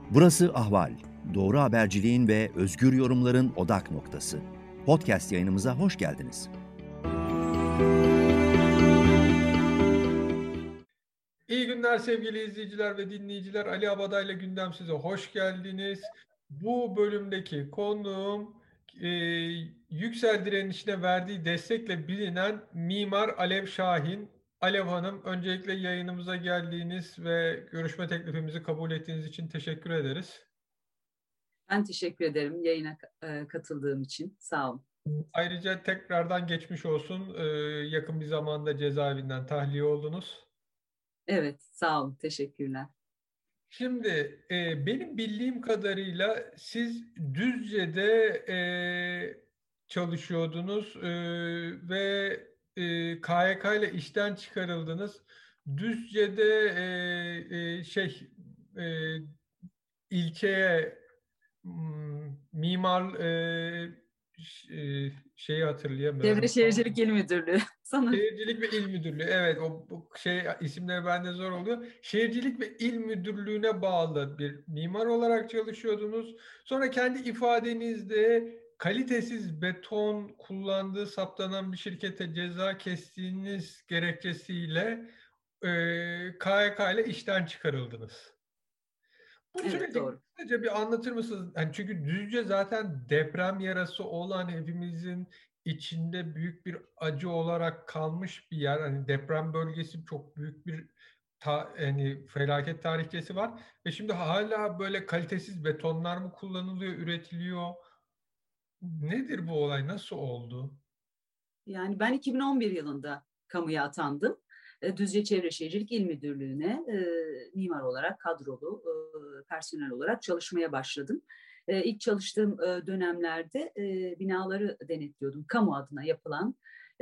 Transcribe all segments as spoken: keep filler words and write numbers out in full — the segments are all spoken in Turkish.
Burası Ahval. Doğru haberciliğin ve özgür yorumların odak noktası. Podcast yayınımıza hoş geldiniz. İyi günler sevgili izleyiciler ve dinleyiciler. Ali Abaday'la Gündem size hoş geldiniz. Bu bölümdeki konuğum e, Yüksel Direniş'ine verdiği destekle bilinen Mimar Alev Şahin. Alev Hanım, öncelikle yayınımıza geldiğiniz ve görüşme teklifimizi kabul ettiğiniz için teşekkür ederiz. Ben teşekkür ederim yayına e, katıldığım için. Sağ olun. Ayrıca tekrardan geçmiş olsun. E, yakın bir zamanda cezaevinden tahliye oldunuz. Evet, sağ olun. Teşekkürler. Şimdi e, benim bildiğim kadarıyla siz Düzce'de e, çalışıyordunuz e, ve e, K Y K ile işten çıkarıldınız. Düzce'de e, e, şey e, ilçeye m, mimar e, ş- e, şeyi hatırlayamıyorum. Çevre Şehircilik İl Müdürlüğü. Sana. Şehircilik ve İl Müdürlüğü. Evet, o bu şey isimleri bende zor oluyor. Şehircilik ve İl Müdürlüğü'ne bağlı bir mimar olarak çalışıyordunuz. Sonra kendi ifadenizde kalitesiz beton kullandığı saptanan bir şirkete ceza kestiğiniz gerekçesiyle e, K Y K ile işten çıkarıldınız. Bu Evet, süreci doğru. kısaca bir anlatır mısınız? Yani çünkü Düzce zaten deprem yarası olan, hepimizin içinde büyük bir acı olarak kalmış bir yer. Hani deprem bölgesi, çok büyük bir ta, yani felaket tarihçesi var ve şimdi hala böyle kalitesiz betonlar mı kullanılıyor, üretiliyor? Nedir bu olay? Nasıl oldu? Yani ben iki bin on bir yılında kamuya atandım. E, Düzce Çevre Şehircilik İl Müdürlüğü'ne e, mimar olarak, kadrolu e, personel olarak çalışmaya başladım. E, ilk çalıştığım e, dönemlerde e, binaları denetliyordum. Kamu adına yapılan,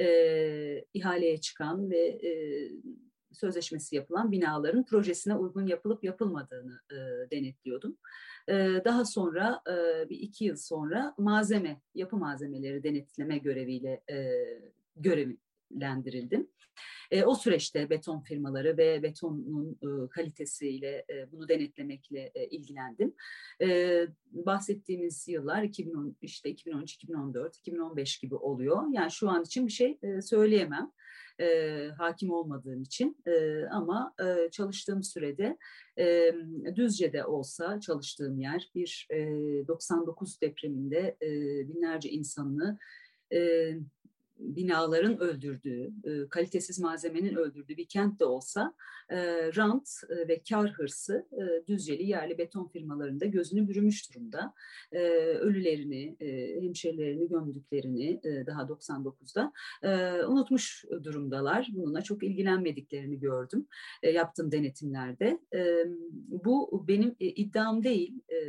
e, ihaleye çıkan ve e, sözleşmesi yapılan binaların projesine uygun yapılıp yapılmadığını e, denetliyordum. E, daha sonra e, bir iki yıl sonra malzeme, yapı malzemeleri denetleme göreviyle e, görevlendirildim. E, o süreçte beton firmaları ve betonun e, kalitesiyle e, bunu denetlemekle e, ilgilendim. E, bahsettiğimiz yıllar iki bin on, işte iki bin on üç, iki bin on dört, iki bin on beş gibi oluyor. Yani şu an için bir şey e, söyleyemem. E, hakim olmadığım için e, ama e, çalıştığım sürede e, Düzce'de olsa çalıştığım yer bir e, doksan dokuz depreminde e, binlerce insanını e, binaların öldürdüğü, e, kalitesiz malzemenin öldürdüğü bir kent de olsa e, rant e, ve kar hırsı e, Düzceli yerli beton firmalarında gözünü bürümüş durumda. E, ölülerini, e, hemşerilerini gömdüklerini e, daha doksan dokuzda e, unutmuş durumdalar. Bununla çok ilgilenmediklerini gördüm e, yaptığım denetimlerde. E, bu benim e, iddiam değil. E,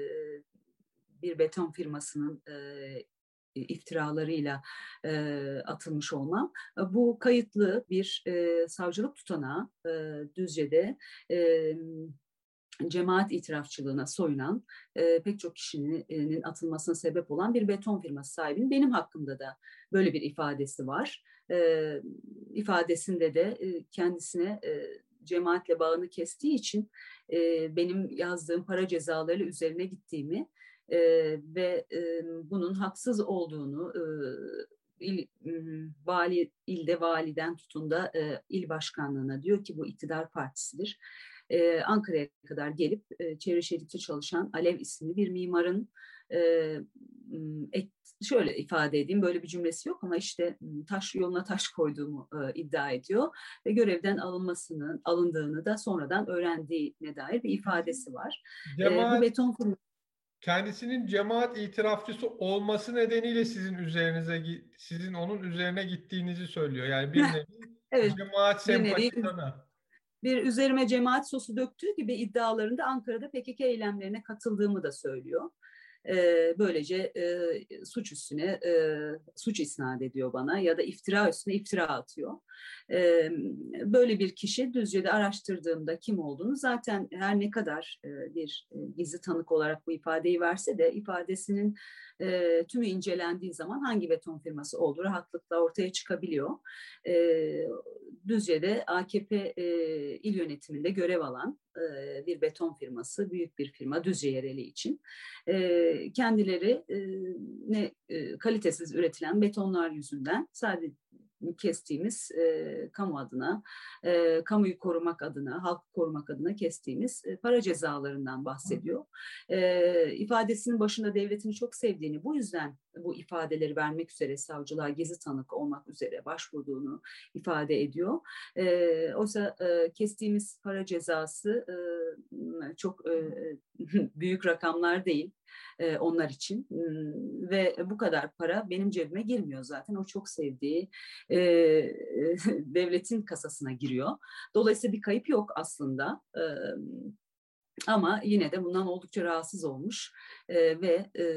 bir beton firmasının e, iftiralarıyla e, atılmış olmam. Bu kayıtlı bir e, savcılık tutanağı e, Düzce'de e, cemaat itirafçılığına soyunan e, pek çok kişinin atılmasına sebep olan bir beton firması sahibinin benim hakkımda da böyle bir ifadesi var. E, ifadesinde de e, kendisine e, cemaatle bağını kestiği için e, benim yazdığım para cezaları üzerine gittiğimi e, ve e, bunun haksız olduğunu e, il, vali, ilde validen tutun da e, il başkanlığına diyor ki bu iktidar partisidir. Ee, Ankara'ya kadar gelip e, Çevre Şehircilik'te çalışan Alev isimli bir mimarın e, et, şöyle ifade edeyim, böyle bir cümlesi yok ama işte taş yoluna taş koyduğumu e, iddia ediyor ve görevden alınmasının alındığını da sonradan öğrendiğine dair bir ifadesi var. Cemaat, e, bu beton kendisinin cemaat itirafçısı olması nedeniyle sizin üzerinize sizin onun üzerine gittiğinizi söylüyor. Yani bir nevi evet, cemaat sempatizanı. Bir üzerime cemaat sosu döktüğü gibi iddialarında Ankara'da P K K eylemlerine katıldığımı da söylüyor. Ee, böylece e, suç üstüne e, suç isnat ediyor bana ya da iftira üstüne iftira atıyor. Ee, böyle bir kişi Düzce'de araştırdığımda kim olduğunu zaten her ne kadar e, bir e, gizli tanık olarak bu ifadeyi verse de ifadesinin e, tümü incelendiği zaman hangi beton firması olduğu rahatlıkla ortaya çıkabiliyor. E, Düzce'de A K P e, il yönetiminde görev alan e, bir beton firması, büyük bir firma Düzce yereli için. E, kendileri e, ne e, kalitesiz üretilen betonlar yüzünden sadece kestiğimiz e, kamu adına, e, kamuyu korumak adına, halkı korumak adına kestiğimiz e, para cezalarından bahsediyor. E, ifadesinin başında devletini çok sevdiğini, bu yüzden bu ifadeleri vermek üzere savcılığa gizli tanık olmak üzere başvurduğunu ifade ediyor. E, oysa e, kestiğimiz para cezası e, çok e, büyük rakamlar değil e, onlar için ve bu kadar para benim cebime girmiyor zaten. O çok sevdiği e, devletin kasasına giriyor. Dolayısıyla bir kayıp yok aslında. E, ama yine de bundan oldukça rahatsız olmuş e, ve e,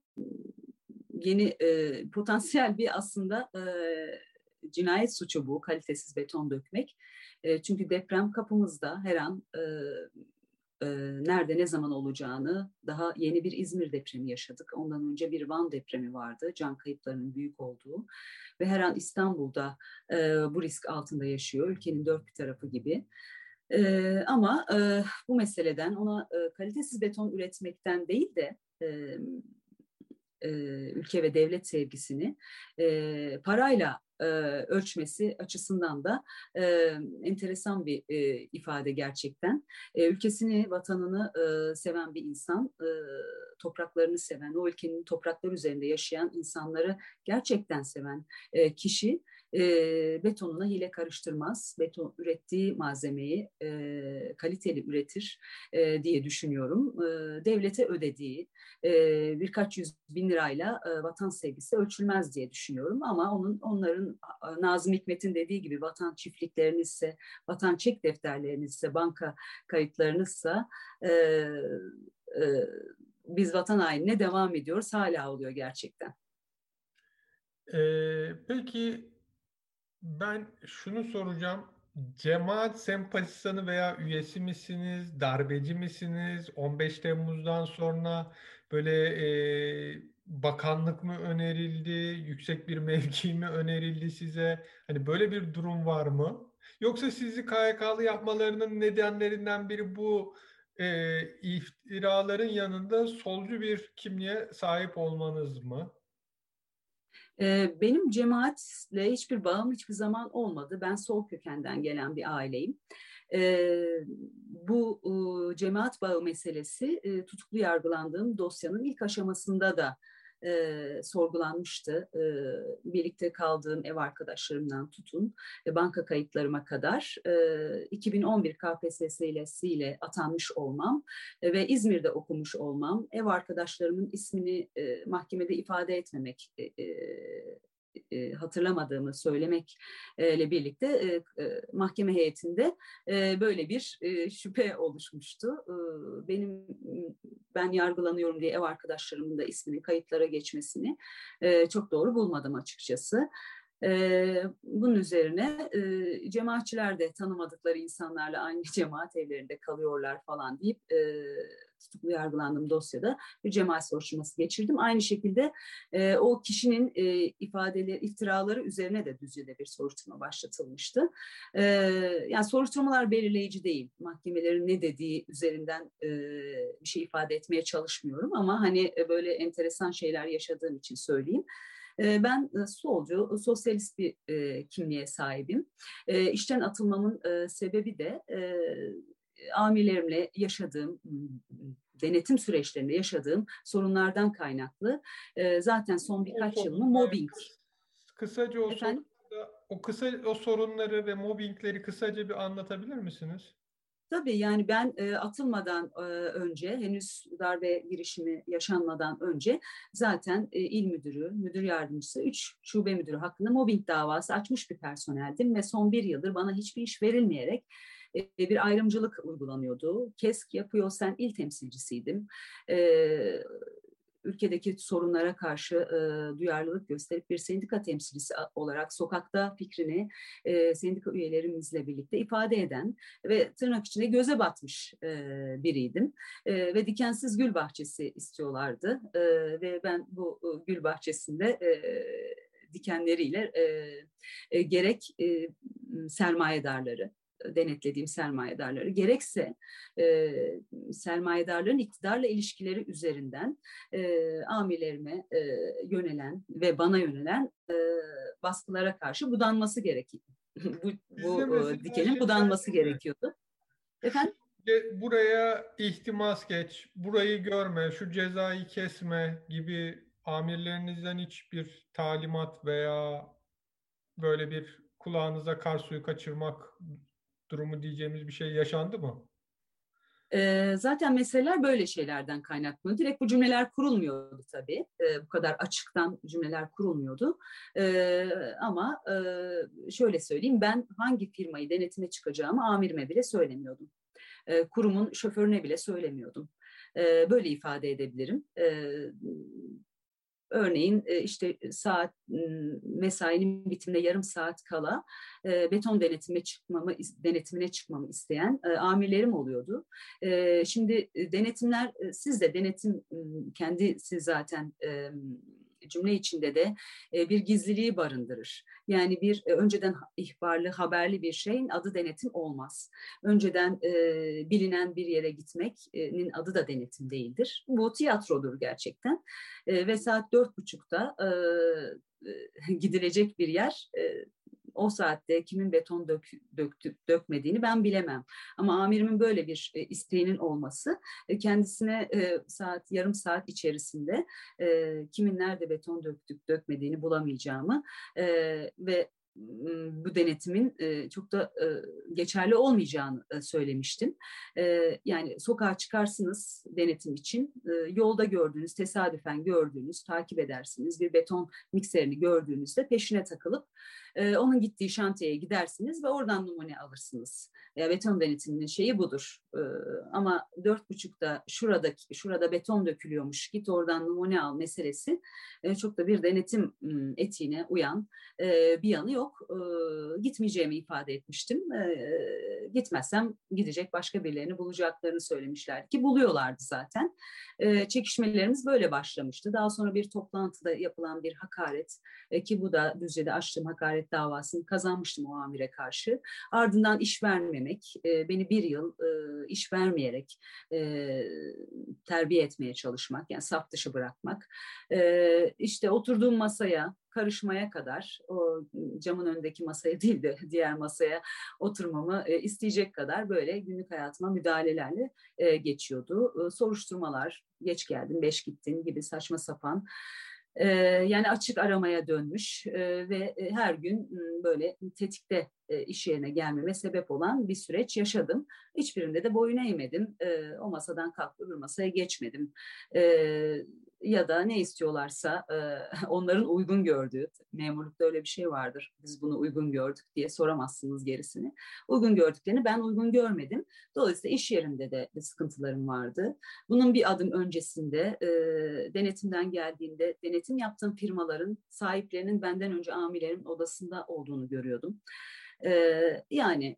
yeni e, potansiyel bir aslında e, cinayet suçu bu, kalitesiz beton dökmek. E, çünkü deprem kapımızda, her an e, e, nerede ne zaman olacağını, daha yeni bir İzmir depremi yaşadık. Ondan önce bir Van depremi vardı, can kayıplarının büyük olduğu ve her an İstanbul'da e, bu risk altında yaşıyor, ülkenin dört bir tarafı gibi. E, ama e, bu meseleden, ona e, kalitesiz beton üretmekten değil de e, e, ülke ve devlet sevgisini e, parayla e, ölçmesi açısından da e, enteresan bir e, ifade gerçekten. E, ülkesini, vatanını e, seven bir insan, e, topraklarını seven, o ülkenin toprakları üzerinde yaşayan insanları gerçekten seven e, kişi e, betonuna hile karıştırmaz. Beton ürettiği malzemeyi e, kaliteli üretir e, diye düşünüyorum. E, devlete ödediği e, birkaç yüz bin lirayla e, vatan sevgisi ölçülmez diye düşünüyorum. Ama onun onların Nazım Hikmet'in dediği gibi vatan çiftliklerinizse, vatan çek defterlerinizse, banka kayıtlarınızsa e, e, biz vatan hainine devam ediyoruz. Hala oluyor gerçekten. Ee, peki ben şunu soracağım. Cemaat sempatizanı veya üyesi misiniz? Darbeci misiniz? on beş Temmuz'dan sonra böyle e, bakanlık mı önerildi? Yüksek bir mevki mi önerildi size? Hani böyle bir durum var mı? Yoksa sizi K Y K'lı yapmalarının nedenlerinden biri bu e, iftiraların yanında solcu bir kimliğe sahip olmanız mı? Benim cemaatle hiçbir bağım hiçbir zaman olmadı. Ben sol kökenden gelen bir aileyim. Bu cemaat bağı meselesi tutuklu yargılandığım dosyanın ilk aşamasında da e, sorgulanmıştı. E, birlikte kaldığım ev arkadaşlarımdan tutun e, banka kayıtlarıma kadar e, iki bin on bir K P S S'yle atanmış olmam e, ve İzmir'de okumuş olmam, ev arkadaşlarımın ismini e, mahkemede ifade etmemek e, e, hatırlamadığımı söylemekle birlikte e, e, mahkeme heyetinde e, böyle bir e, şüphe oluşmuştu. E, benim ben yargılanıyorum diye ev arkadaşlarımın da isminin kayıtlara geçmesini e, çok doğru bulmadım açıkçası. Ee, bunun üzerine e, cemaatçiler de tanımadıkları insanlarla aynı cemaat evlerinde kalıyorlar falan deyip e, tutuklu yargılandığım dosyada bir cemaat soruşturması geçirdim. Aynı şekilde e, o kişinin e, ifadeleri, iftiraları üzerine de Düzce'de bir soruşturma başlatılmıştı. E, yani soruşturmalar belirleyici değil. Mahkemelerin ne dediği üzerinden e, bir şey ifade etmeye çalışmıyorum ama hani böyle enteresan şeyler yaşadığım için söyleyeyim. Ben solcu, sosyalist bir e, kimliğe sahibim. E, işten atılmamın e, sebebi de e, amirlerimle yaşadığım, denetim süreçlerinde yaşadığım sorunlardan kaynaklı. E, zaten son birkaç yılını mobbing. Kısaca o Efendim? sorunları, o kısa o sorunları ve mobbingleri kısaca bir anlatabilir misiniz? Tabii yani ben e, atılmadan e, önce, henüz darbe girişimi yaşanmadan önce zaten e, il müdürü, müdür yardımcısı, üç şube müdürü hakkında mobbing davası açmış bir personeldim ve son bir yıldır bana hiçbir iş verilmeyerek e, bir ayrımcılık uygulanıyordu. KESK yapıyor, sen il temsilcisiydim. E, ülkedeki sorunlara karşı e, duyarlılık gösterip bir sendika temsilcisi olarak sokakta fikrini e, sendika üyelerimizle birlikte ifade eden ve tırnak içinde göze batmış e, biriydim. E, ve dikensiz gül bahçesi istiyorlardı. E, ve ben bu e, gül bahçesinde e, dikenleriyle e, e, gerek e, sermayedarları, denetlediğim sermayedarları, gerekse e, sermayedarların iktidarla ilişkileri üzerinden e, amirlerime e, yönelen ve bana yönelen e, baskılara karşı budanması gerekiyor. bu Bizde bu e, mesela dikenin şey budanması geldiğinde gerekiyordu. Efendim? "Ce- buraya ihtimas geç, burayı görme, şu cezayı kesme" gibi amirlerinizden hiçbir talimat veya böyle bir kulağınıza kar suyu kaçırmak durumu diyeceğimiz bir şey yaşandı mı? E, zaten meseleler böyle şeylerden kaynaklanıyor. Direkt bu cümleler kurulmuyordu tabii. E, bu kadar açıktan cümleler kurulmuyordu. E, ama e, şöyle söyleyeyim, ben hangi firmayı denetime çıkacağımı amirime bile söylemiyordum. E, kurumun şoförüne bile söylemiyordum. E, böyle ifade edebilirim. E, Örneğin e, işte saat mesainin bitimine yarım saat kala e, beton denetime çıkmamı denetimine çıkmamı isteyen e, amirlerim oluyordu. E, şimdi denetimler, siz de denetim kendisi zaten e, cümle içinde de e, bir gizliliği barındırır. Yani bir e, önceden ihbarlı, haberli bir şeyin adı denetim olmaz. Önceden e, bilinen bir yere gitmenin adı da denetim değildir. Bu tiyatrodur gerçekten. E, ve saat dört buçukta e, e, gidilecek bir yer. E, o saatte kimin beton dök, döktük, dökmediğini ben bilemem. Ama amirimin böyle bir e, isteğinin olması e, kendisine e, saat yarım saat içerisinde e, kimin nerede beton döktük, dökmediğini bulamayacağımı e, ve bu denetimin e, çok da e, geçerli olmayacağını e, söylemiştim. E, yani sokağa çıkarsınız denetim için, e, yolda gördüğünüz, tesadüfen gördüğünüz, takip edersiniz. Bir beton mikserini gördüğünüzde peşine takılıp e, onun gittiği şantiyeye gidersiniz ve oradan numune alırsınız. Ya, beton denetiminin şeyi budur. E, ama dört buçukta şuradaki, şurada beton dökülüyormuş, git oradan numune al meselesi e, çok da bir denetim etiğine uyan e, bir yanı yok. E, gitmeyeceğimi ifade etmiştim. E, gitmezsem gidecek başka birilerini bulacaklarını söylemişlerdi ki buluyorlardı zaten. E, çekişmelerimiz böyle başlamıştı. Daha sonra bir toplantıda yapılan bir hakaret e, ki bu da Düzce'de açtığım hakaret davasını kazanmıştım o amire karşı. Ardından iş vermemek, e, beni bir yıl e, iş vermeyerek e, terbiye etmeye çalışmak, yani saf dışı bırakmak. E, işte oturduğum masaya karışmaya kadar, o camın önündeki masaya değil de diğer masaya oturmamı e, isteyecek kadar böyle günlük hayatıma müdahalelerle e, geçiyordu. E, soruşturmalar, geç geldin, beş gittin gibi saçma sapan. E, yani açık aramaya dönmüş e, ve e, her gün m, böyle tetikte e, iş yerine gelmeme sebep olan bir süreç yaşadım. Hiçbirinde de boyun eğmedim. E, o masadan kalkıp öbür masaya geçmedim. E, ya da ne istiyorlarsa e, onların uygun gördüğü, memurlukta öyle bir şey vardır, biz bunu uygun gördük diye soramazsınız gerisini. Uygun gördüklerini ben uygun görmedim. Dolayısıyla iş yerinde de sıkıntılarım vardı. Bunun bir adım öncesinde e, denetimden geldiğinde denetim yaptığım firmaların sahiplerinin benden önce amirlerin odasında olduğunu görüyordum. E, yani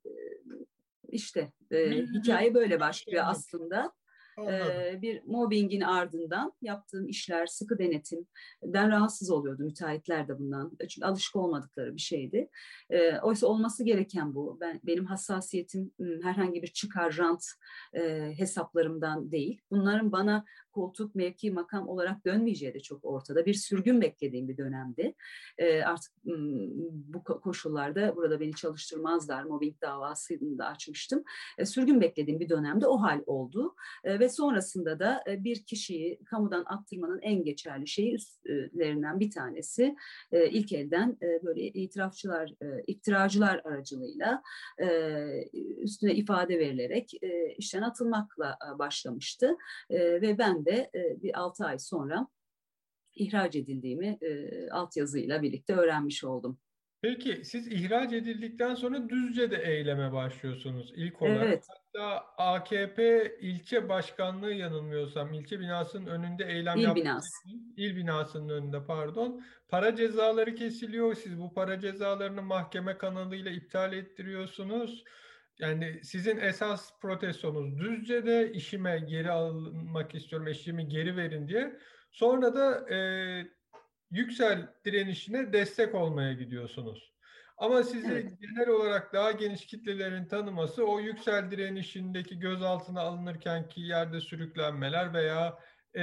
işte e, hikaye böyle başlıyor aslında. Anladım. Bir mobbingin ardından yaptığım işler, sıkı denetimden rahatsız oluyordu müteahhitler de bundan. Çünkü alışık olmadıkları bir şeydi. E, oysa olması gereken bu. Ben benim hassasiyetim herhangi bir çıkar, rant e, hesaplarımdan değil. Bunların bana koltuk, mevki, makam olarak dönmeyeceği de çok ortada. Bir sürgün beklediğim bir dönemdi. E, artık bu koşullarda burada beni çalıştırmazlar. Mobbing davasını da açmıştım. E, sürgün beklediğim bir dönemde o hal oldu. E, ve sonrasında da e, bir kişiyi kamudan attırmanın en geçerli şeyi üstlerinden bir tanesi e, ilk elden e, böyle itirafçılar, e, iftiracılar aracılığıyla e, üstüne ifade verilerek e, işten atılmakla e, başlamıştı. E, ve ben de e, bir altı ay sonra ihraç edildiğimi e, altyazıyla birlikte öğrenmiş oldum. Peki siz ihraç edildikten sonra Düzce'de eyleme başlıyorsunuz ilk olarak. Evet, Hatta A K P ilçe başkanlığı, yanılmıyorsam, ilçe binasının önünde eylem il yaptığınız binası. için, il binasının önünde pardon, para cezaları kesiliyor. Siz bu para cezalarını mahkeme kanalıyla iptal ettiriyorsunuz. Yani sizin esas protestonuz Düzce'de, işime geri almak istiyorum, eşimi geri verin diye. Sonra da e, Yüksel direnişine destek olmaya gidiyorsunuz. Ama sizi Evet. genel olarak daha geniş kitlelerin tanıması o Yüksel direnişindeki gözaltına alınırkenki yerde sürüklenmeler veya e,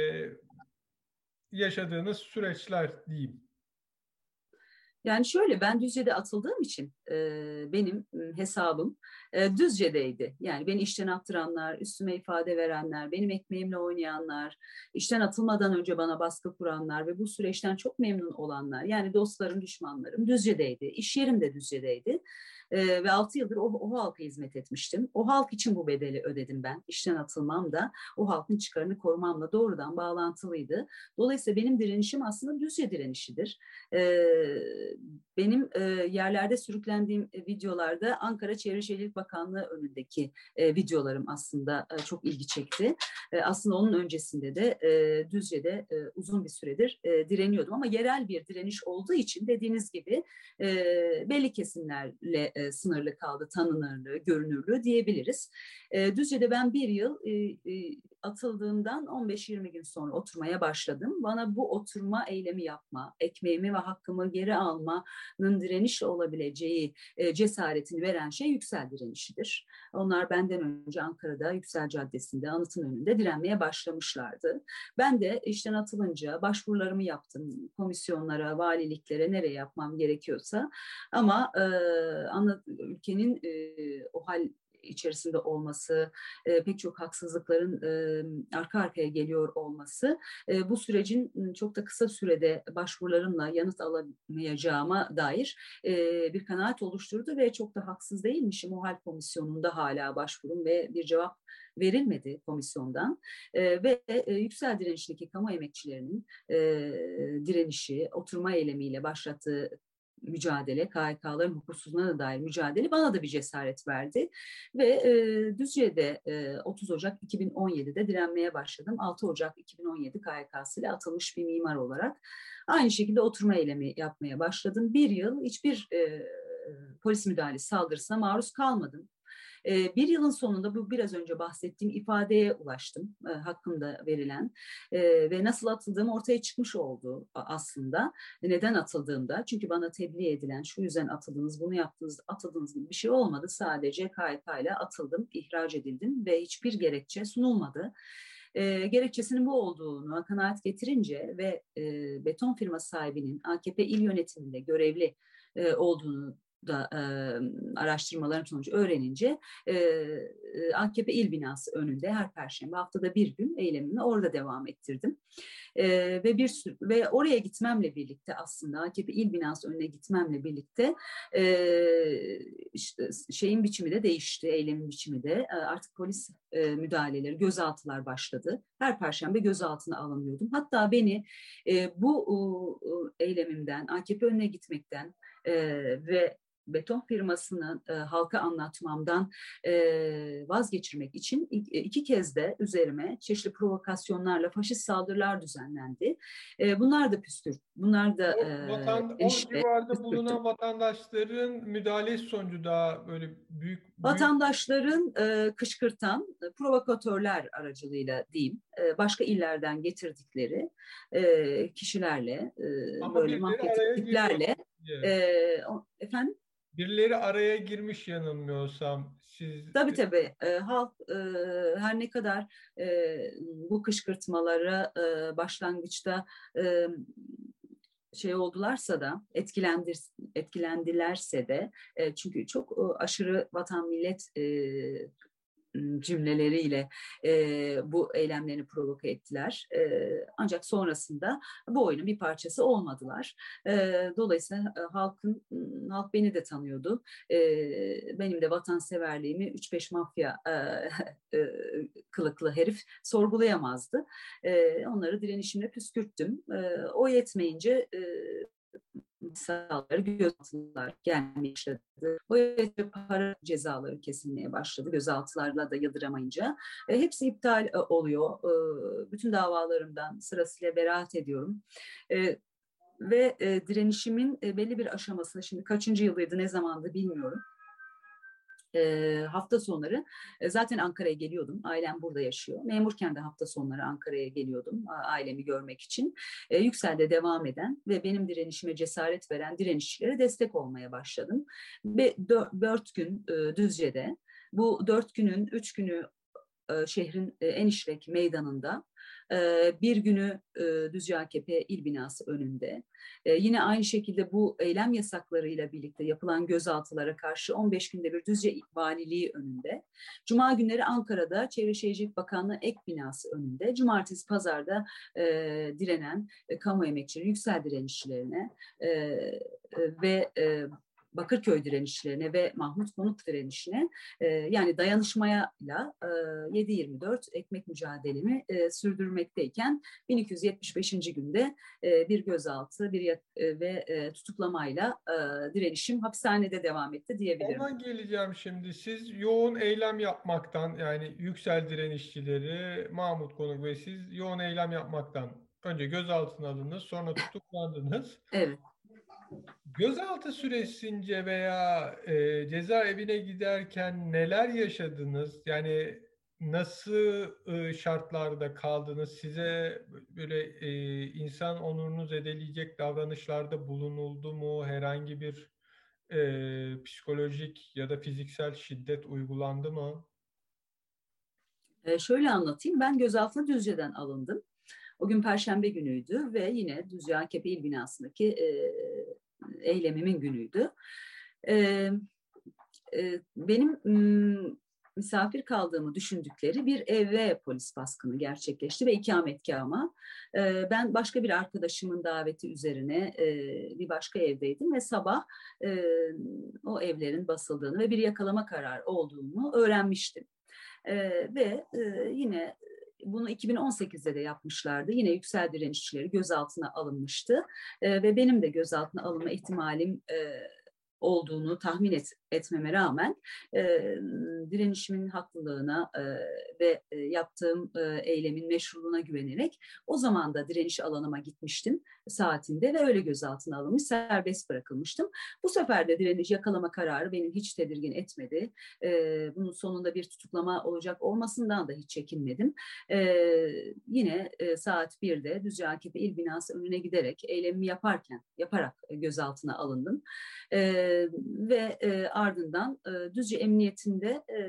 yaşadığınız süreçler diyeyim. Yani şöyle, ben Düzce'de atıldığım için e, benim hesabım e, Düzce'deydi. Yani beni işten attıranlar, üstüme ifade verenler, benim ekmeğimle oynayanlar, işten atılmadan önce bana baskı kuranlar ve bu süreçten çok memnun olanlar, yani dostlarım, düşmanlarım Düzce'deydi. İş yerim de Düzce'deydi. E, ve altı yıldır o, o halka hizmet etmiştim. O halk için bu bedeli ödedim ben. İşten atılmam da o halkın çıkarını korumamla doğrudan bağlantılıydı. Dolayısıyla benim direnişim aslında Düzce direnişidir. E, benim e, yerlerde sürüklendiğim e, videolarda Ankara Çevre Şehircilik Bakanlığı önündeki e, videolarım aslında e, çok ilgi çekti. E, aslında onun öncesinde de e, Düzce'de e, uzun bir süredir e, direniyordum ama yerel bir direniş olduğu için dediğiniz gibi e, belli kesimlerle e, sınırlı kaldı, tanınırlığı, görünürlüğü diyebiliriz. E, Düzce'de ben bir yıl e, e, atıldığımdan on beş yirmi gün sonra oturmaya başladım. Bana bu oturma eylemi yapma, ekmeğimi ve hakkımı geri almanın direnişle olabileceği e, cesaretini veren şey Yüksel direnişidir. Onlar benden önce Ankara'da Yüksel Caddesi'nde, anıtın önünde direnmeye başlamışlardı. Ben de işten atılınca başvurularımı yaptım komisyonlara, valiliklere, nereye yapmam gerekiyorsa. Ama e, anla, ülkenin e, o hal içerisinde olması, e, pek çok haksızlıkların e, arka arkaya geliyor olması, e, bu sürecin çok da kısa sürede başvurularımla yanıt alamayacağıma dair e, bir kanaat oluşturdu ve çok da haksız değilmişim. O hal komisyonunda hala başvurum ve bir cevap verilmedi komisyondan. E, ve e, Yüksel direnişindeki kamu emekçilerinin e, direnişi, oturma eylemiyle başlattığı mücadele, K H K'ların hukuksuzluğuna dair mücadele bana da bir cesaret verdi. Ve e, Düzce'de e, otuz Ocak iki bin on yedide direnmeye başladım. altı Ocak iki bin on yedi K H K'sıyla atılmış bir mimar olarak. Aynı şekilde oturma eylemi yapmaya başladım. Bir yıl hiçbir e, polis müdahalesi saldırısına maruz kalmadım. Bir yılın sonunda bu biraz önce bahsettiğim ifadeye ulaştım, e, hakkımda verilen e, ve nasıl atıldığım ortaya çıkmış oldu aslında. Neden atıldığımda, çünkü bana tebliğ edilen şu yüzden atıldınız, bunu yaptınız, atıldınız gibi bir şey olmadı. Sadece K H K ile atıldım, ihraç edildim ve hiçbir gerekçe sunulmadı. E, gerekçesinin bu olduğunu kanaat getirince ve e, beton firma sahibinin A K P il yönetiminde görevli e, olduğunu da e, araştırmaların sonucu öğrenince e, A K P il binası önünde her perşembe haftada bir gün eylemimi orada devam ettirdim. E, ve bir ve oraya gitmemle birlikte aslında A K P il binası önüne gitmemle birlikte e, işte şeyin biçimi de değişti, eylemin biçimi de e, artık polis e, müdahaleleri, gözaltılar başladı. Her perşembe gözaltına alınıyordum. Hatta beni e, bu e, eylemimden, A K P önüne gitmekten e, ve beton firmasını e, halka anlatmamdan e, vazgeçirmek için iki, iki kez de üzerime çeşitli provokasyonlarla faşist saldırılar düzenlendi. E, bunlar da püskürt, bunlar da O, vatan, e, o işte civarda püskürttüm. bulunan vatandaşların müdahalesi sonucu daha böyle büyük büyük Vatandaşların e, kışkırtan e, provokatörler aracılığıyla diyeyim, e, başka illerden getirdikleri e, kişilerle, e, ama böyle birileri mafyatik araya giriyor tiplerle, diye. e, o, efendim? Birileri araya girmiş yanılmıyorsam siz Tabii tabii. E, halk e, her ne kadar e, bu kışkırtmalara e, başlangıçta e, şey oldularsa da etkilendir etkilendilerse de e, çünkü çok e, aşırı vatan millet e, cümleleriyle e, bu eylemlerini provoke ettiler. E, ancak sonrasında bu oyunun bir parçası olmadılar. E, dolayısıyla e, halkın halk beni de tanıyordu. E, benim de vatanseverliğimi üç beş mafya e, e, kılıklı herif sorgulayamazdı. E, onları direnişimle püskürttüm. E, o yetmeyince e, insanları gözaltılar gelmeye başladı. O para cezaları kesilmeye başladı. Gözaltılarla da yıldıramayınca. E, hepsi iptal e, oluyor. E, bütün davalarımdan sırasıyla beraat ediyorum. E, ve e, direnişimin e, belli bir aşamasında, şimdi kaçıncı yıldaydı, ne zamandı bilmiyorum. E, hafta sonları e, zaten Ankara'ya geliyordum. Ailem burada yaşıyor. Memurken de hafta sonları Ankara'ya geliyordum ailemi görmek için. E, Yüksel'de devam eden ve benim direnişime cesaret veren direnişçilere destek olmaya başladım. Ve dört, dört gün e, Düzce'de, bu dört günün üç günü e, şehrin e, en işlek meydanında, e, bir günü e, Düzce A K P il binası önünde. E, yine aynı şekilde bu eylem yasaklarıyla birlikte yapılan gözaltılara karşı on beş günde bir Düzce Valiliği önünde. Cuma günleri Ankara'da Çevre Şehircilik Bakanlığı ek binası önünde. Cumartesi, pazarda e, direnen e, kamu emekçileri, Yüksel direnişçilerine e, e, ve e, Bakırköy direnişlerine ve Mahmut Konuk direnişine e, yani dayanışmayla e, yedi yirmi dört ekmek mücadelemi e, sürdürmekteyken bin iki yüz yetmiş beşinci günde e, bir gözaltı bir e, ve e, tutuklamayla e, direnişim hapishanede devam etti diyebilirim. Ona geleceğim şimdi. Siz yoğun eylem yapmaktan, yani Yüksel direnişçileri, Mahmut Konuk ve siz yoğun eylem yapmaktan önce gözaltına alındınız, sonra tutuklandınız. Evet. Gözaltı süresince veya e, cezaevine giderken neler yaşadınız? Yani nasıl e, şartlarda kaldınız? Size böyle e, insan onurunu zedeleyecek davranışlarda bulunuldu mu? Herhangi bir e, psikolojik ya da fiziksel şiddet uygulandı mı? E, şöyle anlatayım. Ben gözaltına Düzce'den alındım. O gün Perşembe günüydü ve yine Düzce A K P il binasındaki e, eylemimin günüydü. E, e, benim m, misafir kaldığımı düşündükleri bir eve polis baskını gerçekleşti ve ikametgahıma. E, ben başka bir arkadaşımın daveti üzerine e, bir başka evdeydim ve sabah e, o evlerin basıldığını ve bir yakalama kararı olduğunu öğrenmiştim. E, ve e, yine bunu iki bin on sekizde de yapmışlardı. Yine Yüksel direnişçileri gözaltına alınmıştı. E, ve benim de gözaltına alınma ihtimalim e, olduğunu tahmin et, etmeme rağmen e, direnişimin haklılığına e, ve e, yaptığım e, eylemin meşruluğuna güvenerek o zaman da direniş alanıma gitmiştim saatinde ve öyle gözaltına alınmış, serbest bırakılmıştım. Bu sefer de direniş yakalama kararı benim hiç tedirgin etmedi. E, bunun sonunda bir tutuklama olacak olmasından da hiç çekinmedim. E, yine e, saat birde Düzce A K P il binası önüne giderek eylemimi yaparken, yaparak e, gözaltına alındım. E, ve e, ardından e, Düzce Emniyetinde e,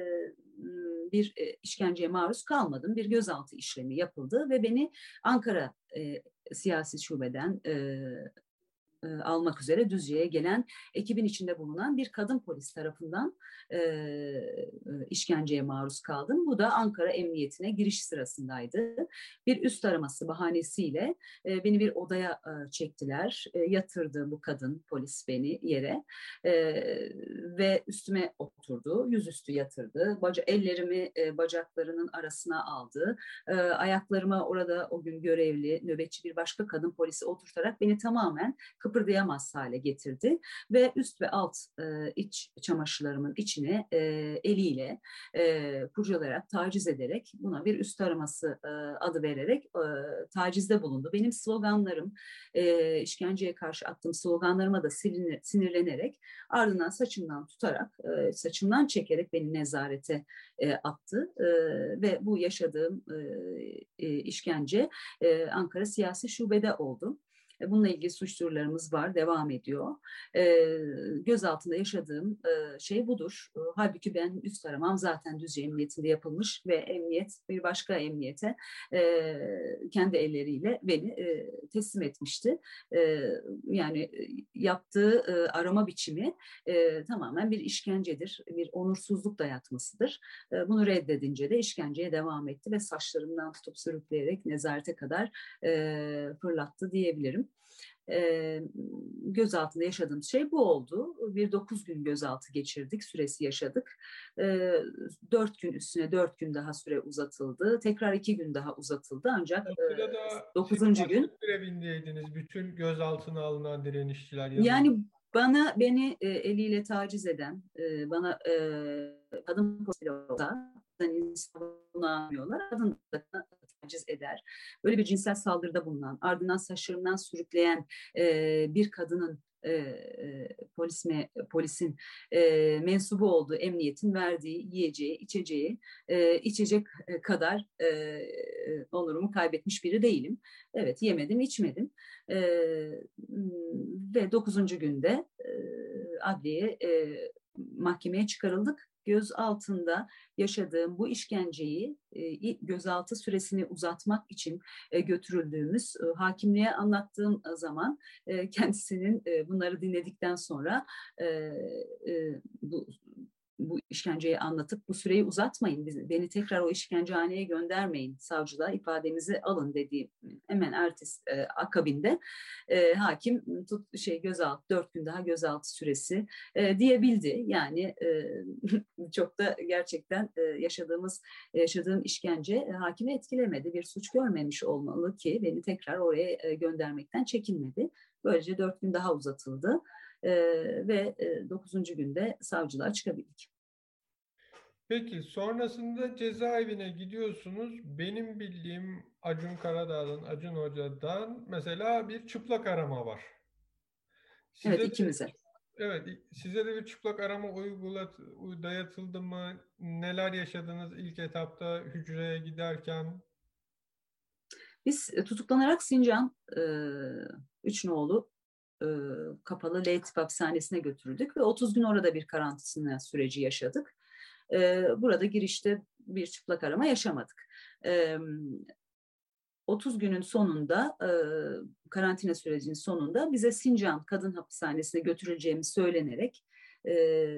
bir e, işkenceye maruz kalmadım. Bir gözaltı işlemi yapıldı ve beni Ankara e, siyasi şubeden e, e, almak üzere Düzce'ye gelen ekibin içinde bulunan bir kadın polis tarafından e, e, işkenceye maruz kaldım. Bu da Ankara Emniyetine giriş sırasındaydı. Bir üst araması bahanesiyle e, beni bir odaya e, çektiler. E, yatırdı bu kadın polis beni yere e, ve üstüme oturdu. Yüzüstü yatırdı. Baca, ellerimi e, bacaklarının arasına aldı. E, ayaklarıma orada o gün görevli nöbetçi bir başka kadın polisi oturtarak beni tamamen kıpırdayamaz hale getirdi ve üst ve alt e, iç çamaşırlarımın içine e, eliyle e, kurcalayarak, taciz ederek, buna bir üst araması e, adı vererek e, tacizde bulundu. Benim sloganlarım, e, işkenceye karşı attığım sloganlarıma da sinir, sinirlenerek ardından saçımdan tutarak, e, saçımdan çekerek beni nezarete e, attı e, ve bu yaşadığım e, e, işkence e, Ankara Siyasi Şube'de oldu. Bununla ilgili suç duyurularımız var, devam ediyor. E, gözaltında yaşadığım e, şey budur. E, halbuki ben üst aramam zaten Düzce Emniyetinde yapılmış ve emniyet bir başka emniyete e, kendi elleriyle beni e, teslim etmişti. E, yani yaptığı e, arama biçimi e, tamamen bir işkencedir, bir onursuzluk dayatmasıdır. E, bunu reddedince de işkenceye devam etti ve saçlarımdan tutup sürükleyerek nezarete kadar e, fırlattı diyebilirim. E, gözaltında yaşadığımız şey bu oldu. Bir dokuz gün gözaltı geçirdik, süresi yaşadık. E, dört gün üstüne dört gün daha süre uzatıldı. Tekrar iki gün daha uzatıldı ancak O e, sırada dokuzuncu siz gün. açlık grevindeydiniz. Bütün gözaltına alınan direnişçiler yanında. Yani bana beni e, eliyle taciz eden, e, bana e, kadın polisi olsa insanlar kadın da taciz eder. Böyle bir cinsel saldırıda bulunan, ardından saçlarından sürükleyen e, bir kadının e, e, polis me, polisin e, mensubu olduğu emniyetin verdiği yiyeceği, içeceği, e, içecek kadar e, onurumu kaybetmiş biri değilim. Evet, yemedim, içmedim. E, ve dokuzuncu günde e, adliye e, mahkemeye çıkarıldık. Göz altında yaşadığım bu işkenceyi e, gözaltı süresini uzatmak için e, götürüldüğümüz e, hakimliğe anlattığım zaman e, kendisinin e, bunları dinledikten sonra e, e, bu bu işkenceyi anlatıp bu süreyi uzatmayın, beni tekrar o işkencehaneye göndermeyin, savcılığa ifademizi alın dediğim hemen ertesi e, akabinde e, hakim tut şey gözaltı dört gün daha gözaltı süresi e, diyebildi. Yani e, çok da gerçekten e, yaşadığımız yaşadığım işkence e, hakimi etkilemedi. Bir suç görmemiş olmalı ki beni tekrar oraya e, göndermekten çekinmedi. Böylece dört gün daha uzatıldı. Ee, ve e, dokuzuncu günde savcılığa çıkabildik. Peki sonrasında cezaevine gidiyorsunuz. Benim bildiğim Acun Karadağ'dan, Acun Hoca'dan mesela bir çıplak arama var. Size Evet, de, ikimize. evet, size de bir çıplak arama uygulat, dayatıldı mı? Neler yaşadınız ilk etapta hücreye giderken? Biz tutuklanarak Sincan e, üç nolu e, kapalı L tip hapishanesine götürüldük ve otuz gün orada bir karantina süreci yaşadık. E, burada girişte bir çıplak arama yaşamadık. E, otuz günün sonunda, e, karantina sürecinin sonunda bize Sincan Kadın Hapishanesi'ne götürüleceğimiz söylenerek e,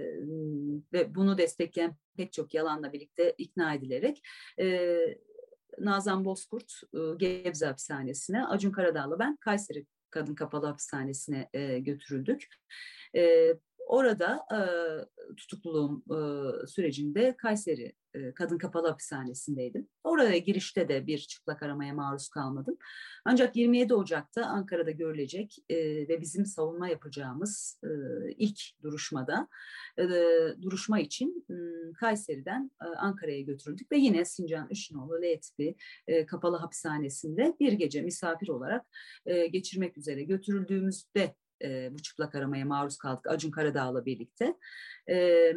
ve bunu destekleyen pek çok yalanla birlikte ikna edilerek e, Nazan Bozkurt e, Gebze Hapishanesi'ne, Acun Karadağ'la ben Kayseri Kadın Kapalı Hapishanesi'ne e, götürüldük. E, orada e, tutukluluğum e, sürecinde Kayseri e, Kadın Kapalı Hapishanesi'ndeydim. Oraya girişte de bir çıplak aramaya maruz kalmadım. Ancak yirmi yedi Ocak'ta Ankara'da görülecek e, ve bizim savunma yapacağımız e, ilk duruşmada e, duruşma için e, Kayseri'den e, Ankara'ya götürüldük ve yine Sincan üç nolu L tipi e, kapalı hapishanesinde bir gece misafir olarak e, geçirmek üzere götürüldüğümüzde e, bu çıplak aramaya maruz kaldık Acun Karadağ'la birlikte. E,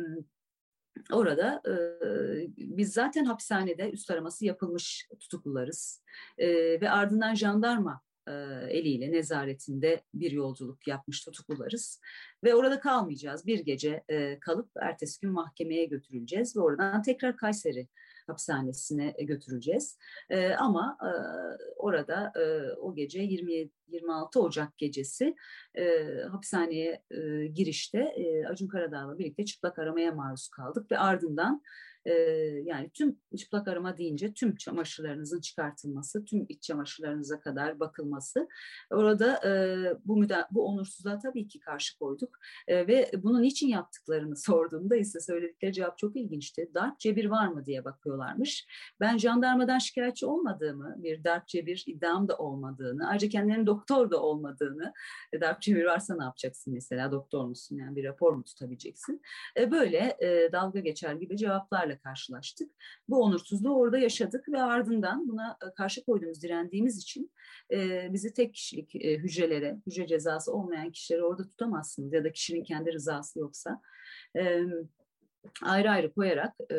Orada e, biz zaten hapishanede üst araması yapılmış tutuklularız e, ve ardından jandarma e, eliyle nezaretinde bir yolculuk yapmış tutuklularız ve orada kalmayacağız. Bir gece e, kalıp ertesi gün mahkemeye götürüleceğiz ve oradan tekrar Kayseri hapishanesine götürüleceğiz. E, ama e, orada e, o gece yirmi yirmi altı Ocak gecesi e, hapishaneye e, girişte e, Acun Karadağ'la birlikte çıplak aramaya maruz kaldık ve ardından e, yani tüm çıplak arama deyince tüm çamaşırlarınızın çıkartılması, tüm iç çamaşırlarınıza kadar bakılması. Orada e, bu müda- bu onursuzluğa tabii ki karşı koyduk e, ve bunu niçin yaptıklarını sorduğumda ise söyledikleri cevap çok ilginçti. Darp cebir var mı diye bakıyorlarmış. Ben jandarmadan şikayetçi olmadığımı, bir darp cebir iddiam da olmadığını, ayrıca kendilerinin doktor da olmadığını, e, darp cebir varsa ne yapacaksın mesela, doktor musun, yani bir rapor mu tutabileceksin? E, böyle e, dalga geçer gibi cevaplarla karşılaştık. Bu onursuzluğu orada yaşadık ve ardından buna karşı koyduğumuz, direndiğimiz için e, bizi tek kişilik e, hücrelere, hücre cezası olmayan kişileri orada tutamazsınız ya da kişinin kendi rızası yoksa e, ayrı ayrı koyarak e,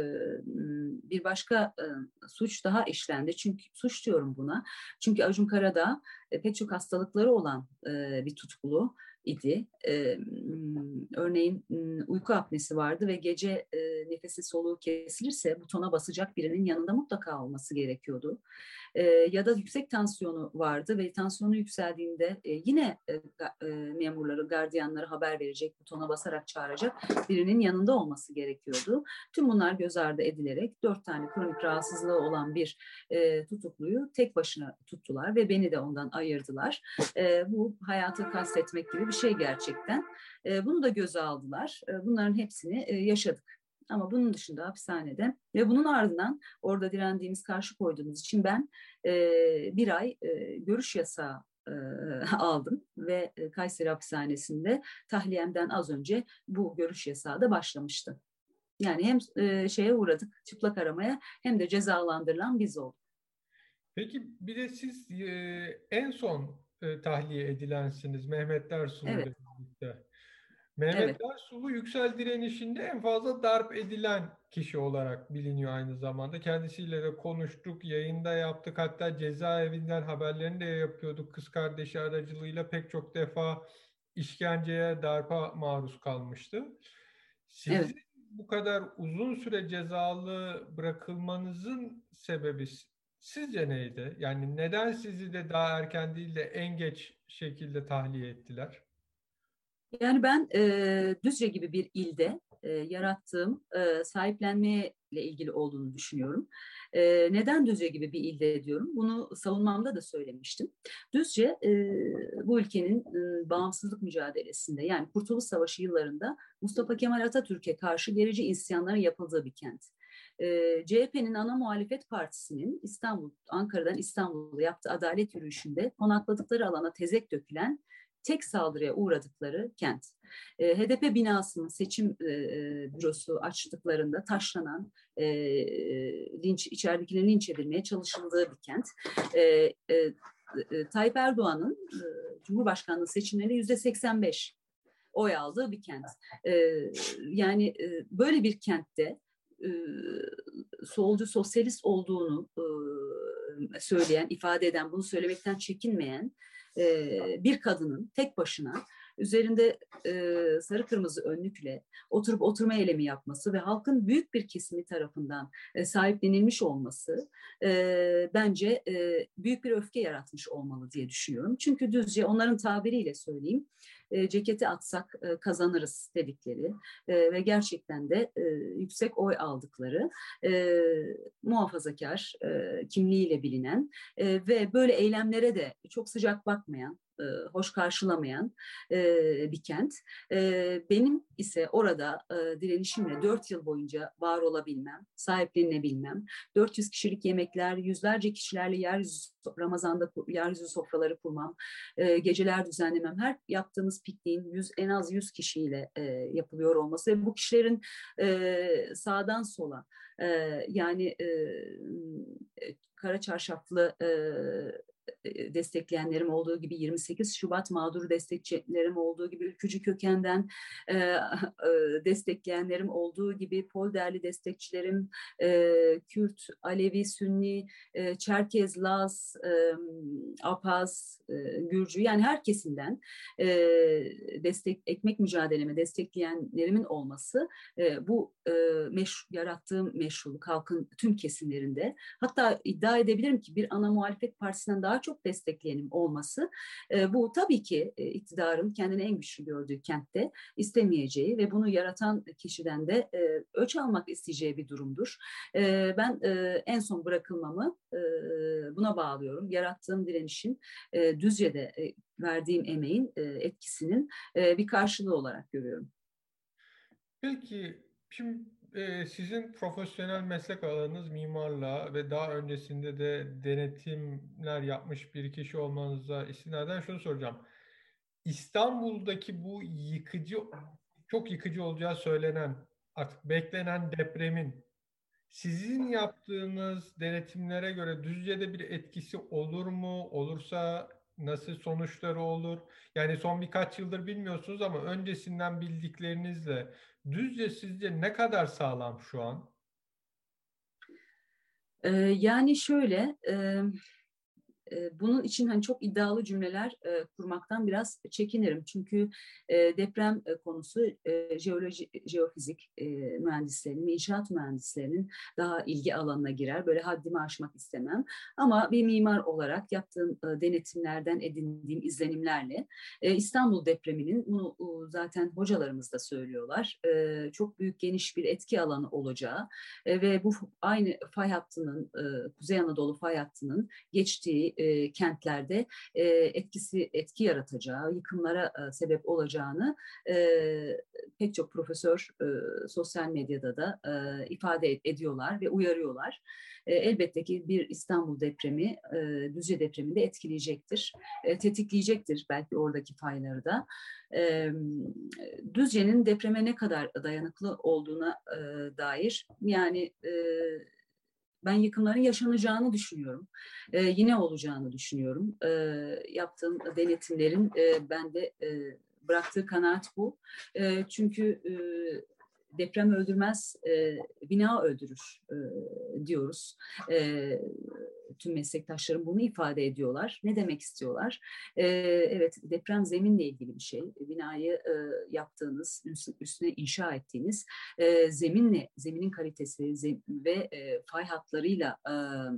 bir başka e, suç daha işlendi. Çünkü suç diyorum buna. Çünkü Acun Karadağ e, pek çok hastalıkları olan e, bir tutuklu idi. E, örneğin uyku apnesi vardı ve gece e, nefesi soluğu kesilirse butona basacak birinin yanında mutlaka olması gerekiyordu. E, ya da yüksek tansiyonu vardı ve tansiyonu yükseldiğinde e, yine e, e, memurları, gardiyanları haber verecek, butona basarak çağıracak birinin yanında olması gerekiyordu. Tüm bunlar göz ardı edilerek dört tane kronik rahatsızlığı olan bir e, tutukluyu tek başına tuttular ve beni de ondan ayırdılar. E, bu hayatı kastetmek gibi bir şey gerçekten. E, bunu da göze aldılar. E, bunların hepsini e, yaşadık. Ama bunun dışında hapishanede ve bunun ardından orada direndiğimiz, karşı koyduğumuz için ben e, bir ay e, görüş yasağı e, aldım ve e, Kayseri Hapishanesi'nde tahliyemden az önce bu görüş yasağı da başlamıştı. Yani hem e, şeye uğradık, çıplak aramaya, hem de cezalandırılan biz olduk. Peki bir de siz e, en son e, tahliye edilensiniz Mehmet Dersulu Evet, ile birlikte. Mehmet evet, Dersulu Yüksel Direnişi'nde en fazla darp edilen kişi olarak biliniyor aynı zamanda. Kendisiyle de konuştuk, yayında yaptık. Hatta cezaevinden haberlerini de yapıyorduk. Kız kardeşi aracılığıyla pek çok defa işkenceye, darpa maruz kalmıştı. evet. Sizin bu kadar uzun süre cezalı bırakılmanızın sebebi sizce neydi? Yani neden sizi de daha erken değil de en geç şekilde tahliye ettiler? Yani ben e, Düzce gibi bir ilde e, yarattığım e, sahiplenmeyle ilgili olduğunu düşünüyorum. E, neden Düzce gibi bir ilde diyorum? Bunu savunmamda da söylemiştim. Düzce e, bu ülkenin e, bağımsızlık mücadelesinde, yani Kurtuluş Savaşı yıllarında Mustafa Kemal Atatürk'e karşı gerici isyanların yapıldığı bir kent. E, C H P'nin ana muhalefet partisinin İstanbul, Ankara'dan İstanbul'a yaptığı adalet yürüyüşünde konakladıkları alana tezek dökülen, tek saldırıya uğradıkları kent. E, H D P binasının seçim e, bürosu açtıklarında taşlanan, e, linç, içeridekilerin linç edilmeye çalışıldığı bir kent. E, e, e, Tayyip Erdoğan'ın e, Cumhurbaşkanlığı seçimlerinde yüzde seksen beş oy aldığı bir kent. E, yani e, böyle bir kentte e, solcu, sosyalist olduğunu e, söyleyen, ifade eden, bunu söylemekten çekinmeyen e, bir kadının tek başına üzerinde e, sarı kırmızı önlükle oturup oturma eylemi yapması ve halkın büyük bir kesimi tarafından e, sahiplenilmiş olması e, bence e, büyük bir öfke yaratmış olmalı diye düşünüyorum. Çünkü Düzce, onların tabiriyle söyleyeyim, e, ceketi atsak e, kazanırız dedikleri e, ve gerçekten de e, yüksek oy aldıkları e, muhafazakar e, kimliğiyle bilinen e, ve böyle eylemlere de çok sıcak bakmayan, e, hoş karşılamayan e, bir kent. E, benim ise orada e, direnişimle dört yıl boyunca var olabilmem, sahiplenilebilmem, dört yüz kişilik yemekler, yüzlerce kişilerle yeryüzü, Ramazan'da yeryüzü sofraları kurmam, e, geceler düzenlemem, her yaptığımız pikniğin yüz, en az yüz kişiyle e, yapılıyor olması ve bu kişilerin e, sağdan sola, e, yani e, kara çarşaflı e, destekleyenlerim olduğu gibi, yirmi sekiz Şubat mağduru destekçilerim olduğu gibi, ülkücü kökenden e, e, destekleyenlerim olduğu gibi, Polderli destekçilerim, e, Kürt, Alevi, Sünni, e, Çerkez, Laz, e, Apaz, e, Gürcü, yani her kesimden e, destek, ekmek mücadeleme destekleyenlerimin olması, e, bu e, meşru, yarattığım meşruluk halkın tüm kesimlerinde, hatta iddia edebilirim ki bir ana muhalefet partisinden daha çok destekleyenim olması, e, bu tabii ki e, iktidarın kendini en güçlü gördüğü kentte istemeyeceği ve bunu yaratan kişiden de e, öç almak isteyeceği bir durumdur. E, ben e, en son bırakılmamı e, buna bağlıyorum. Yarattığım direnişin, e, Düzce'de e, verdiğim emeğin e, etkisinin e, bir karşılığı olarak görüyorum. Peki, şimdi e, sizin profesyonel meslek alanınız mimarlığa ve daha öncesinde de denetimler yapmış bir kişi olmanıza istinaden şunu soracağım. İstanbul'daki bu yıkıcı, çok yıkıcı olacağı söylenen, artık beklenen depremin sizin yaptığınız denetimlere göre Düzce'de bir etkisi olur mu? Olursa nasıl sonuçları olur? Yani son birkaç yıldır bilmiyorsunuz ama öncesinden bildiklerinizle Düzce sizce ne kadar sağlam şu an? E, yani şöyle... E, bunun için hani çok iddialı cümleler e, kurmaktan biraz çekinirim. Çünkü e, deprem e, konusu e, jeoloji, jeofizik e, mühendislerinin, inşaat mühendislerinin daha ilgi alanına girer. Böyle haddimi aşmak istemem. Ama bir mimar olarak yaptığım e, denetimlerden edindiğim izlenimlerle e, İstanbul depreminin, bunu e, zaten hocalarımız da söylüyorlar, e, çok büyük, geniş bir etki alanı olacağı e, ve bu aynı fay hattının, e, Kuzey Anadolu fay hattının geçtiği e, kentlerde e, etkisi etki yaratacağı, yıkımlara e, sebep olacağını e, pek çok profesör e, sosyal medyada da e, ifade ed- ediyorlar ve uyarıyorlar. E, elbette ki bir İstanbul depremi e, Düzce depreminde etkileyecektir, e, tetikleyecektir belki oradaki fayları da. E, Düzce'nin depreme ne kadar dayanıklı olduğuna e, dair, yani e, ben yıkımların yaşanacağını düşünüyorum. E, yine olacağını düşünüyorum. E, yaptığım denetimlerin e, bende e, bıraktığı kanaat bu. E, çünkü e, deprem öldürmez, e, bina öldürür e, diyoruz. E, tüm meslektaşlarım bunu ifade ediyorlar. Ne demek istiyorlar? E, evet, deprem zeminle ilgili bir şey. Binayı e, yaptığınız, üstüne inşa ettiğiniz e, zeminle, zeminin kalitesi zem, ve e, fay hatlarıyla e,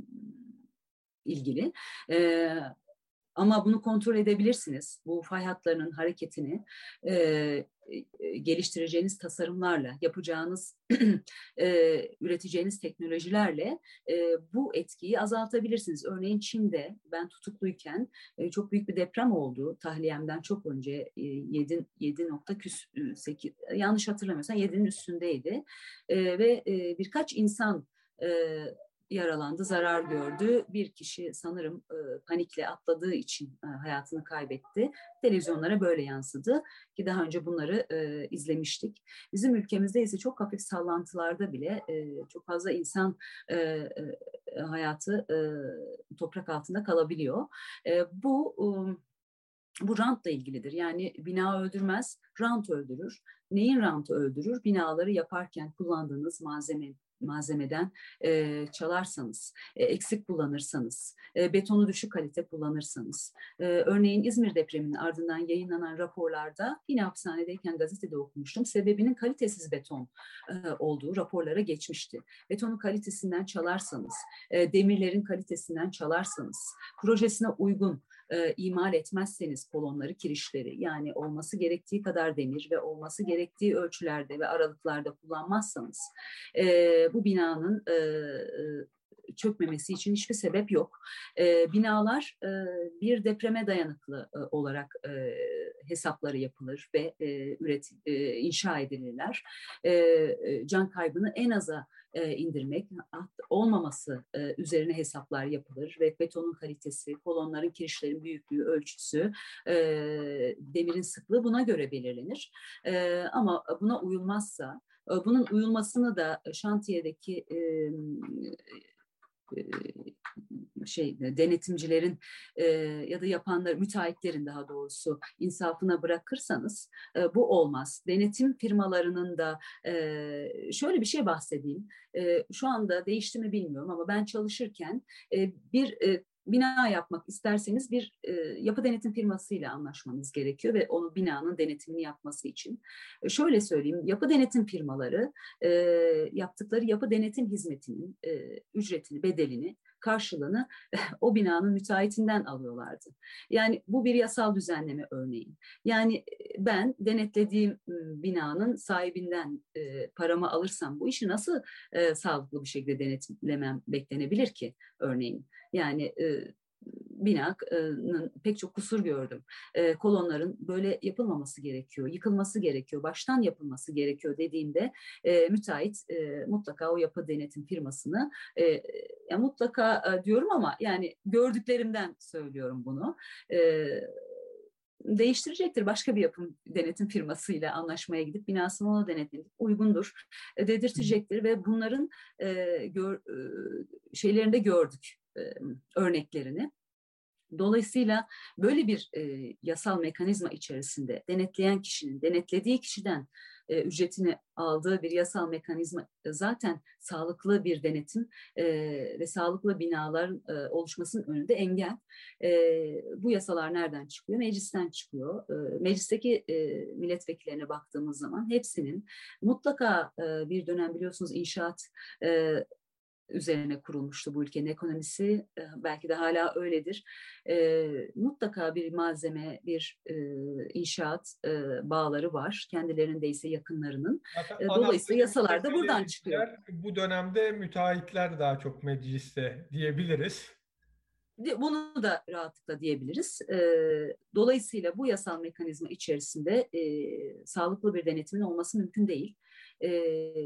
ilgili. E, Ama bunu kontrol edebilirsiniz. Bu fay hatlarının hareketini e, e, geliştireceğiniz tasarımlarla, yapacağınız, e, üreteceğiniz teknolojilerle e, bu etkiyi azaltabilirsiniz. Örneğin Çin'de ben tutukluyken e, çok büyük bir deprem oldu. Tahliyemden çok önce e, yedi nokta sekiz, yanlış hatırlamıyorsam yedinin üstündeydi. E, ve e, birkaç insan e, yaralandı, zarar gördü. Bir kişi sanırım e, panikle atladığı için e, hayatını kaybetti. Televizyonlara böyle yansıdı ki daha önce bunları e, izlemiştik. Bizim ülkemizde ise çok hafif sallantılarda bile e, çok fazla insan e, e, hayatı e, toprak altında kalabiliyor. E, bu e, Bu rantla ilgilidir. Yani bina öldürmez, rant öldürür. Neyin rantı öldürür? Binaları yaparken kullandığınız malzeme malzemeden e, çalarsanız, e, eksik kullanırsanız, e, betonu düşük kalite kullanırsanız. E, örneğin İzmir depreminin ardından yayınlanan raporlarda yine hapishanedeyken gazetede okumuştum. Sebebinin kalitesiz beton e, olduğu raporlara geçmişti. Betonun kalitesinden çalarsanız, e, demirlerin kalitesinden çalarsanız, projesine uygun E, imal etmezseniz kolonları, kirişleri, yani olması gerektiği kadar demir ve olması gerektiği ölçülerde ve aralıklarda kullanmazsanız e, bu binanın e, çökmemesi için hiçbir sebep yok. E, binalar e, bir depreme dayanıklı e, olarak e, hesapları yapılır ve e, üret, e, inşa edilirler. E, can kaybını en aza e, indirmek, olmaması e, üzerine hesaplar yapılır ve betonun kalitesi, kolonların, kirişlerin büyüklüğü, ölçüsü, e, demirin sıklığı buna göre belirlenir. E, ama buna uyulmazsa, e, bunun uyulmasını da şantiyedeki e, şey denetimcilerin e, ya da yapanlar, müteahhitlerin daha doğrusu insafına bırakırsanız e, bu olmaz. Denetim firmalarının da e, şöyle bir şey bahsedeyim. E, şu anda değişti mi bilmiyorum ama ben çalışırken e, bir e, bina yapmak isterseniz bir e, yapı denetim firmasıyla anlaşmanız gerekiyor ve onun binanın denetimini yapması için. E, şöyle söyleyeyim, yapı denetim firmaları e, yaptıkları yapı denetim hizmetinin e, ücretini, bedelini, karşılığını o binanın müteahhitinden alıyorlardı. Yani bu bir yasal düzenleme örneği. Yani ben denetlediğim binanın sahibinden e, paramı alırsam bu işi nasıl e, sağlıklı bir şekilde denetlemem beklenebilir ki örneğin? Yani e, binanın pek çok kusur gördüm. E, kolonların böyle yapılmaması gerekiyor, yıkılması gerekiyor, baştan yapılması gerekiyor dediğimde e, müteahhit e, mutlaka o yapı denetim firmasını e, ya mutlaka e, diyorum ama yani gördüklerimden söylüyorum bunu. E, değiştirecektir. Başka bir yapım denetim firmasıyla anlaşmaya gidip binasını ona denetlenip uygundur e, dedirtecektir ve bunların e, gör, e, şeylerinde gördük e, örneklerini. Dolayısıyla böyle bir e, yasal mekanizma içerisinde denetleyen kişinin denetlediği kişiden e, ücretini aldığı bir yasal mekanizma e, zaten sağlıklı bir denetim e, ve sağlıklı binaların e, oluşmasının önünde engel. E, bu yasalar nereden çıkıyor? Meclisten çıkıyor. E, meclisteki e, milletvekillerine baktığımız zaman hepsinin mutlaka e, bir dönem biliyorsunuz inşaat e, üzerine kurulmuştu bu ülkenin ekonomisi. Belki de hala öyledir. E, mutlaka bir malzeme, bir e, inşaat e, bağları var. Kendilerinde ise yakınlarının. E, dolayısıyla yasalar da buradan çıkıyor. Bu dönemde müteahhitler daha çok mecliste diyebiliriz. Bunu da rahatlıkla diyebiliriz. E, dolayısıyla bu yasal mekanizma içerisinde e, sağlıklı bir denetimin olması mümkün değil. E,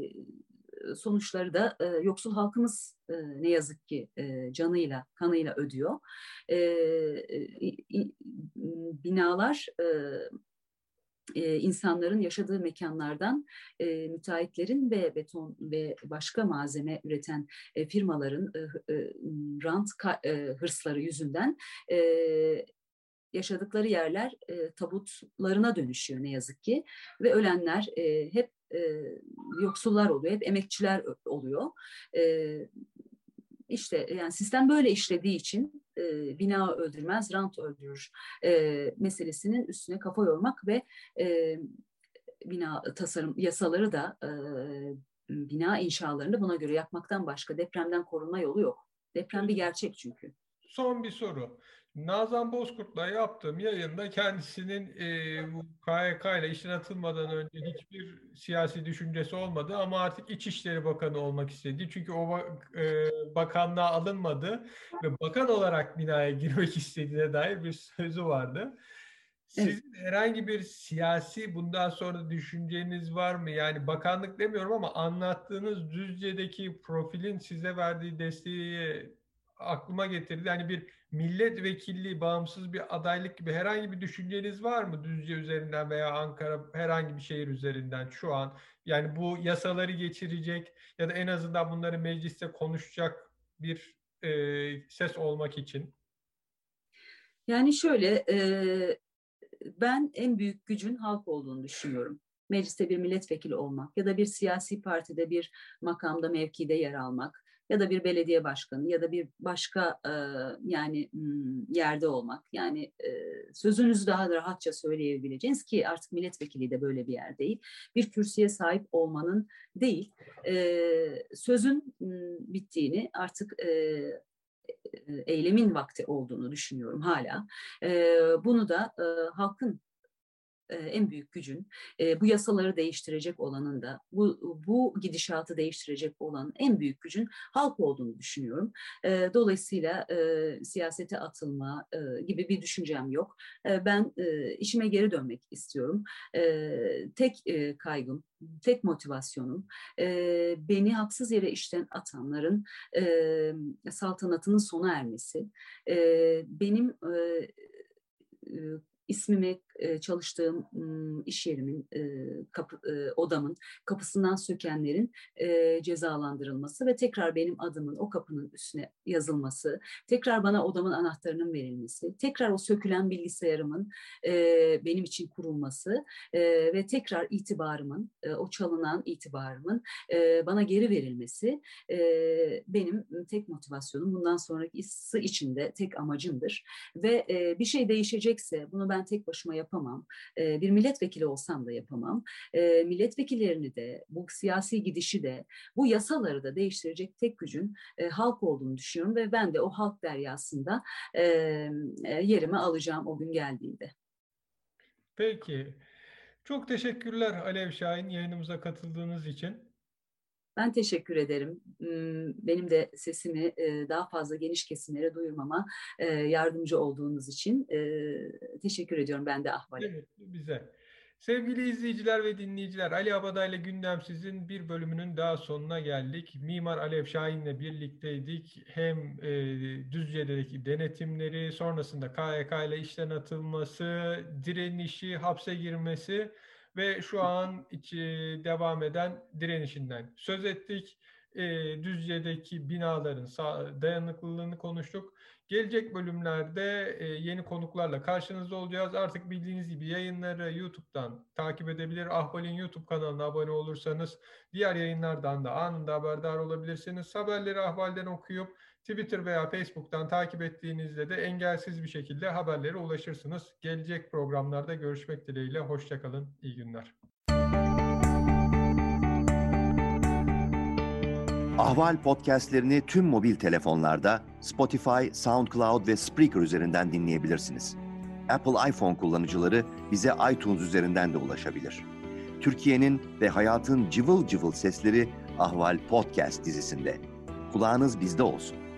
sonuçları da e, yoksul halkımız e, ne yazık ki e, canıyla, kanıyla ödüyor. E, e, binalar e, e, insanların yaşadığı mekanlardan e, müteahhitlerin ve beton ve başka malzeme üreten e, firmaların e, e, rant ka- e, hırsları yüzünden e, yaşadıkları yerler e, tabutlarına dönüşüyor ne yazık ki ve ölenler e, hep e, yoksullar oluyor, hep emekçiler oluyor. E, işte yani sistem böyle işlediği için e, bina öldürmez, rant öldürür e, meselesinin üstüne kafa yormak ve e, bina tasarım yasaları da e, bina inşalarını buna göre yapmaktan başka depremden korunma yolu yok. Deprem bir gerçek çünkü. Son bir soru. Nazan Bozkurt'la yaptığım yayında kendisinin e, bu K Y K ile işten atılmadan önce hiçbir siyasi düşüncesi olmadı ama artık İçişleri Bakanı olmak istedi. Çünkü o e, bakanlığa alınmadı ve bakan olarak binaya girmek istediğine dair bir sözü vardı. Evet. Sizin herhangi bir siyasi bundan sonra düşünceniz var mı? Yani bakanlık demiyorum ama anlattığınız Düzce'deki profilin size verdiği desteği aklıma getirdi. Yani bir milletvekilliği, bağımsız bir adaylık gibi herhangi bir düşünceniz var mı Düzce üzerinden veya Ankara herhangi bir şehir üzerinden şu an? Yani bu yasaları geçirecek ya da en azından bunları mecliste konuşacak bir e, ses olmak için. Yani şöyle, e, ben en büyük gücün halk olduğunu düşünüyorum. Mecliste bir milletvekili olmak ya da bir siyasi partide bir makamda, mevkide yer almak ya da bir belediye başkanı ya da bir başka e, yani yerde olmak. Yani e, sözünüzü daha da rahatça söyleyebileceğiniz ki artık milletvekili de böyle bir yer değil. Bir kürsüye sahip olmanın değil, e, sözün bittiğini artık e, eylemin vakti olduğunu düşünüyorum hala. E, bunu da e, halkın e, en büyük gücün, e, bu yasaları değiştirecek olanın da, bu, bu gidişatı değiştirecek olan en büyük gücün halk olduğunu düşünüyorum. E, dolayısıyla e, siyasete atılma e, gibi bir düşüncem yok. E, ben e, işime geri dönmek istiyorum. E, tek e, kaygım, tek motivasyonum e, beni haksız yere işten atanların e, saltanatının sona ermesi. E, benim e, e, ismimi çalıştığım iş yerimin, kapı, odamın kapısından sökenlerin cezalandırılması ve tekrar benim adımın o kapının üstüne yazılması, tekrar bana odamın anahtarının verilmesi, tekrar o sökülen bilgisayarımın benim için kurulması ve tekrar itibarımın, o çalınan itibarımın bana geri verilmesi benim tek motivasyonum. Bundan sonraki içinde tek amacımdır. Ve bir şey değişecekse bunu ben tek başıma yapamam. yapamam. Bir milletvekili olsam da yapamam. Milletvekillerini de, bu siyasi gidişi de, bu yasaları da değiştirecek tek gücün halk olduğunu düşünüyorum ve ben de o halk deryasında yerimi alacağım o gün geldiğinde. Peki. Çok teşekkürler Alev Şahin yayınımıza katıldığınız için. Ben teşekkür ederim. Benim de sesimi daha fazla geniş kesimlere duyurmama yardımcı olduğunuz için teşekkür ediyorum ben de Ahval'e. Evet, bize. Sevgili izleyiciler ve dinleyiciler, Ali Abaday'la Gündemsiz'in bir bölümünün daha sonuna geldik. Mimar Alev Şahin'le birlikteydik. Hem e, Düzce'deki denetimleri, sonrasında K Y K ile işten atılması, direnişi, hapse girmesi ve şu an içi devam eden direnişinden söz ettik. E, Düzce'deki binaların dayanıklılığını konuştuk. Gelecek bölümlerde e, yeni konuklarla karşınızda olacağız. Artık bildiğiniz gibi yayınları YouTube'dan takip edebilir. Ahval'in YouTube kanalına abone olursanız diğer yayınlardan da anında haberdar olabilirsiniz. Haberleri Ahval'den okuyup Twitter veya Facebook'tan takip ettiğinizde de engelsiz bir şekilde haberlere ulaşırsınız. Gelecek programlarda görüşmek dileğiyle. Hoşça kalın. İyi günler. Ahval podcastlerini tüm mobil telefonlarda Spotify, SoundCloud ve Spreaker üzerinden dinleyebilirsiniz. Apple iPhone kullanıcıları bize iTunes üzerinden de ulaşabilir. Türkiye'nin ve hayatın cıvıl cıvıl sesleri Ahval Podcast dizisinde. Kulağınız bizde olsun.